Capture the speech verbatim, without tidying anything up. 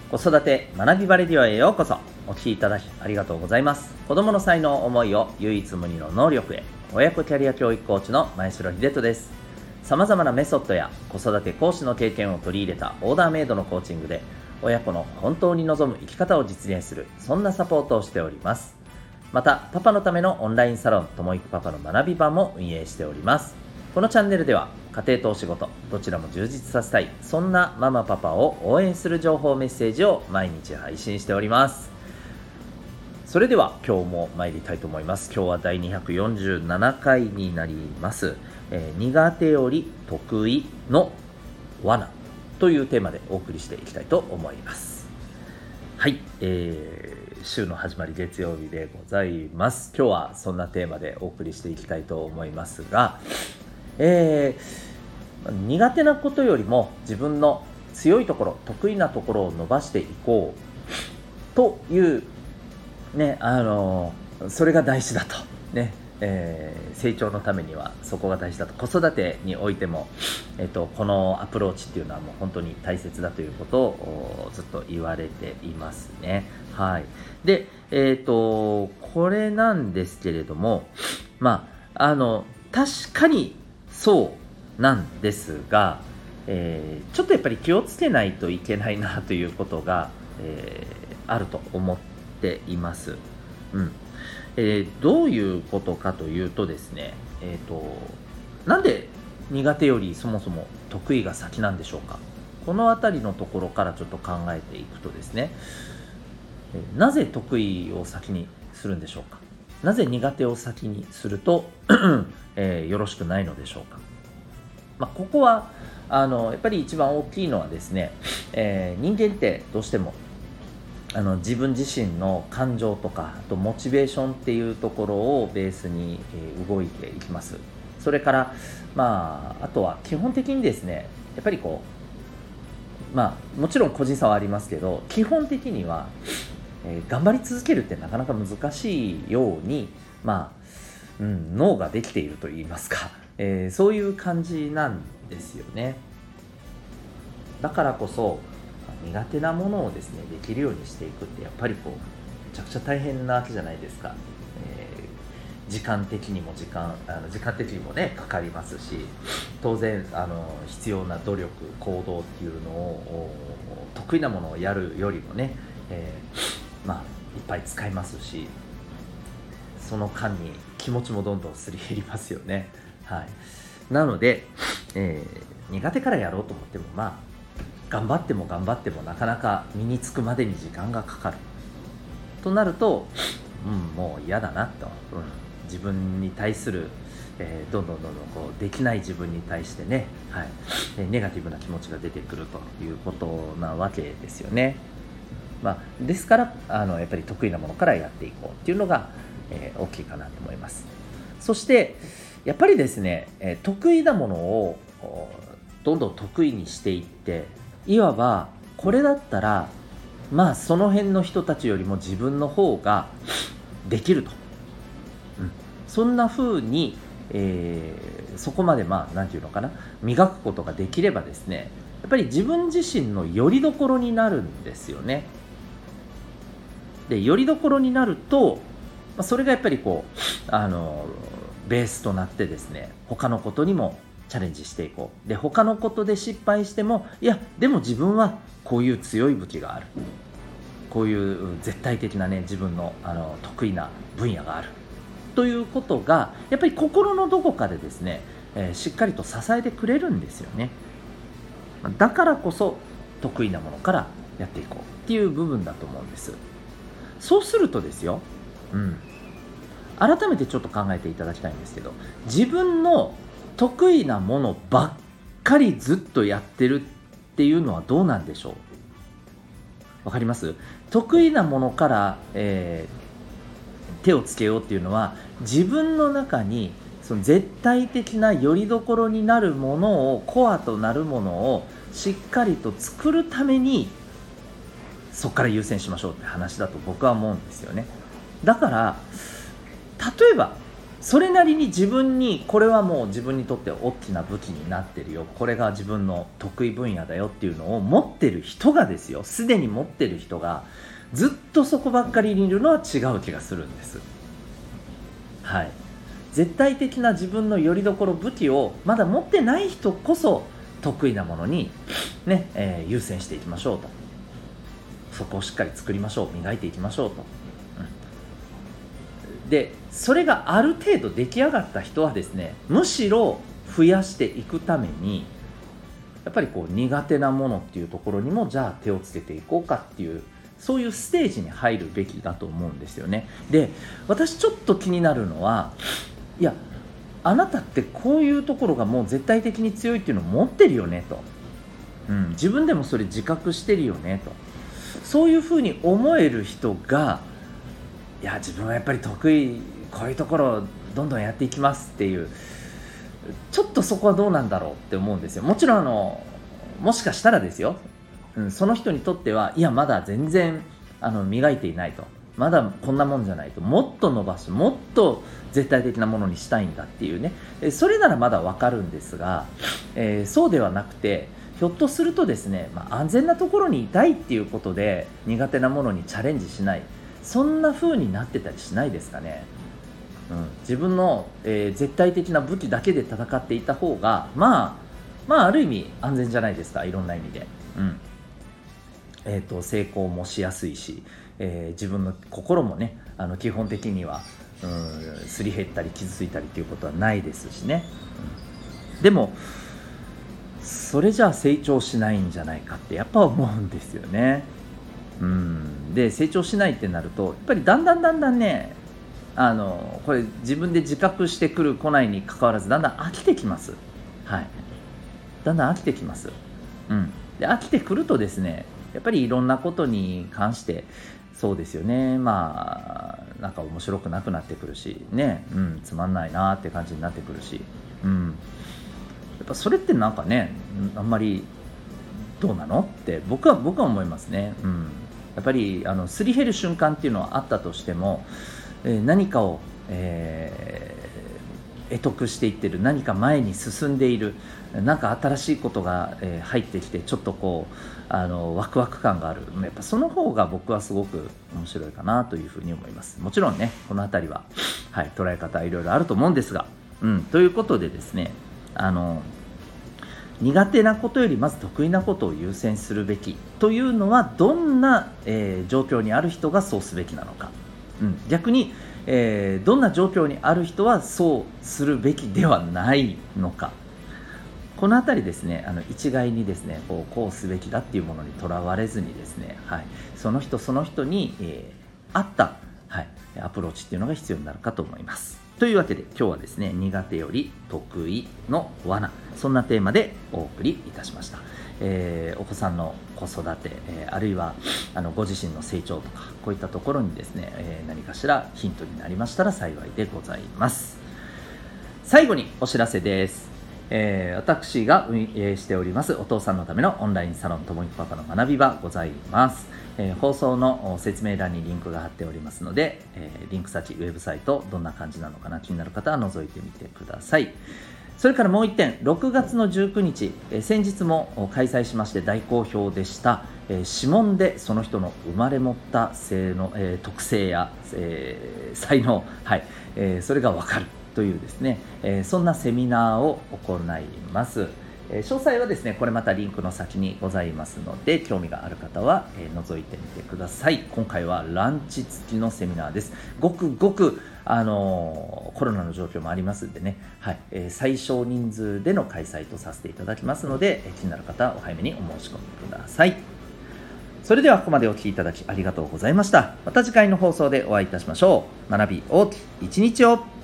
子育て学びバレディオへようこそ。お聞きいただきありがとうございます。子供の才能、思いを唯一無二の能力へ、親子キャリア教育コーチの前城秀人です。様々なメソッドや子育て講師の経験を取り入れたオーダーメイドのコーチングで、親子の本当に望む生き方を実現する、そんなサポートをしております。またパパのためのオンラインサロン、ともいくパパの学び場も運営しております。このチャンネルでは家庭とお仕事どちらも充実させたい、そんなママパパを応援する情報メッセージを毎日配信しております。それでは今日も参りたいと思います。今日は第にひゃくよんじゅうななかいになります、えー、苦手より得意の罠というテーマでお送りしていきたいと思います。はい、えー、週の始まり月曜日でございます。今日はそんなテーマでお送りしていきたいと思いますが、えー、苦手なことよりも自分の強いところ、得意なところを伸ばしていこうというね、あのそれが大事だとね、えー、成長のためにはそこが大事だと。子育てにおいても、えっと、このアプローチっていうのはもう本当に大切だということをずっと言われていますね。はい。で、えっとこれなんですけれども、まああの確かにそうなんですが、えー、ちょっとやっぱり気をつけないといけないなということが、えー、あると思っています。うんえー、どういうことかというとですね、えーと、なんで苦手よりそもそも得意が先なんでしょうか。このあたりのところからちょっと考えていくとですね、えー、なぜ得意を先にするんでしょうか。なぜ苦手を先にするとえー、よろしくないのでしょうか。まあ、ここはあのやっぱり一番大きいのはですね、えー、人間ってどうしてもあの自分自身の感情とか、あとモチベーションっていうところをベースに、えー、動いていきます。それからまああとは基本的にですね、やっぱりこうまあもちろん個人差はありますけど、基本的には、えー、頑張り続けるってなかなか難しいようにまあうん、脳ができていると言いますか、えー、そういう感じなんですよね。だからこそ苦手なものをですねできるようにしていくってやっぱりこうめちゃくちゃ大変なわけじゃないですか。えー、時間的にも時間あの時間的にもねかかりますし、当然あの必要な努力行動っていうのを得意なものをやるよりもね、えー、まあいっぱい使いますし、その間に気持ちもどんどんすり減りますよね。はい、なので、えー、苦手からやろうと思ってもまあ頑張っても頑張ってもなかなか身につくまでに時間がかかるとなると、うん、もう嫌だなと、うん、自分に対する、えー、どんどんどんどんこうできない自分に対してね、はいえー、ネガティブな気持ちが出てくるということなわけですよね。まあ、ですからあのやっぱり得意なものからやっていこうっていうのがえー、大きいかなと思います。そしてやっぱりですね、えー、得意なものをどんどん得意にしていって、いわばこれだったらまあその辺の人たちよりも自分の方ができると、うん、そんな風に、えー、そこまでまあ何て言うのかな、磨くことができればですね、やっぱり自分自身の拠り所になるんですよね。で、拠り所になるとそれがやっぱりこうあのベースとなってですね、他のことにもチャレンジしていこう。で、他のことで失敗しても、いやでも自分はこういう強い武器がある、こういう絶対的なね自分の、あの得意な分野があるということがやっぱり心のどこかでですね、えー、しっかりと支えてくれるんですよね。だからこそ得意なものからやっていこうっていう部分だと思うんです。そうするとですよ、うん、改めてちょっと考えていただきたいんですけど、自分の得意なものばっかりずっとやってるっていうのはどうなんでしょう。わかります？得意なものから、えー、手をつけようっていうのは、自分の中にその絶対的な拠り所になるものを、コアとなるものをしっかりと作るためにそこから優先しましょうって話だと僕は思うんですよね。だから例えばそれなりに自分にこれはもう自分にとって大きな武器になってるよ、これが自分の得意分野だよっていうのを持ってる人がですよ、すでに持ってる人がずっとそこばっかりにいるのは違う気がするんです。はい、絶対的な自分の拠り所、武器をまだ持ってない人こそ得意なものに、ねえー、優先していきましょうと、そこをしっかり作りましょう、磨いていきましょうと、うん、でそれがある程度出来上がった人はですね、むしろ増やしていくためにやっぱりこう苦手なものっていうところにもじゃあ手をつけていこうかっていう、そういうステージに入るべきだと思うんですよね。で、私ちょっと気になるのは、いやあなたってこういうところがもう絶対的に強いっていうのを持ってるよねと、うん、自分でもそれ自覚してるよねと、そういうふうに思える人が、いや自分はやっぱり得意、こういうところをどんどんやっていきますっていう、ちょっとそこはどうなんだろうって思うんですよ。もちろんあのもしかしたらですよ、うん、その人にとってはいやまだ全然あの磨いていないと、まだこんなもんじゃないと、もっと伸ばし、もっと絶対的なものにしたいんだっていうね、それならまだわかるんですが、えー、そうではなくて、ひょっとするとですね、まあ、安全なところにいたいっていうことで苦手なものにチャレンジしない、そんな風になってたりしないですかね。うん、自分の、えー、絶対的な武器だけで戦っていた方が、まあまあある意味安全じゃないですか、いろんな意味で。うんえー、と成功もしやすいし、えー、自分の心もね、あの基本的にはうんすり減ったり傷ついたりということはないですしね、うん、でもそれじゃあ成長しないんじゃないかってやっぱ思うんですよね。うんで成長しないってなるとやっぱりだんだんだんだんね、あのこれ自分で自覚してくる来ないに関わらずだんだん飽きてきます。はい、だんだん飽きてきます。うん、で飽きてくるとですね、やっぱりいろんなことに関してそうですよね、まあなんか面白くなくなってくるしね、うん、つまんないなって感じになってくるし、うん、やっぱそれってなんかね、あんまりどうなのって僕は僕は思いますね。うん、やっぱりあのすり減る瞬間っていうのはあったとしても、えー、何かを、えー得得していってる、何か前に進んでいる、なんか新しいことが、えー、入ってきてちょっとこうあのワクワク感がある、やっぱその方が僕はすごく面白いかなというふうに思います。もちろんねこのあたりは、はい、捉え方いろいろあると思うんですが、うん、ということでですね、あの苦手なことよりまず得意なことを優先するべきというのはどんな、えー、状況にある人がそうすべきなのか、うん、逆にえー、どんな状況にある人はそうするべきではないのか、このあたりですね、あの一概にですねこう、こうすべきだっていうものにとらわれずにですね、はい、その人その人に、えー、合った、はい、アプローチっていうのが必要になるかと思います。というわけで今日はですね、苦手より得意の罠、そんなテーマでお送りいたしました。えー、お子さんの子育て、えー、あるいはあのご自身の成長とかこういったところにですね、えー、何かしらヒントになりましたら幸いでございます。最後にお知らせです。えー、私が運営しておりますお父さんのためのオンラインサロンともいくパパの学び場ございます。えー、放送の説明欄にリンクが貼っておりますので、えー、リンク先ウェブサイトどんな感じなのかな気になる方は覗いてみてください。それからもう一点、ろくがつのじゅうくにち、えー、先日も開催しまして大好評でした、えー、指紋でその人の生まれ持った性の、えー、特性や、えー、才能、はいえー、それが分かるというですね、えー、そんなセミナーを行います。えー、詳細はですねこれまたリンクの先にございますので、興味がある方は、えー、覗いてみてください。今回はランチ付きのセミナーです。ごくごくあのー、コロナの状況もありますんでね、はいえー、最小人数での開催とさせていただきますので、えー、気になる方はお早めにお申し込みください。それではここまでお聞きいただきありがとうございました。また次回の放送でお会いいたしましょう。学び大きい一日を。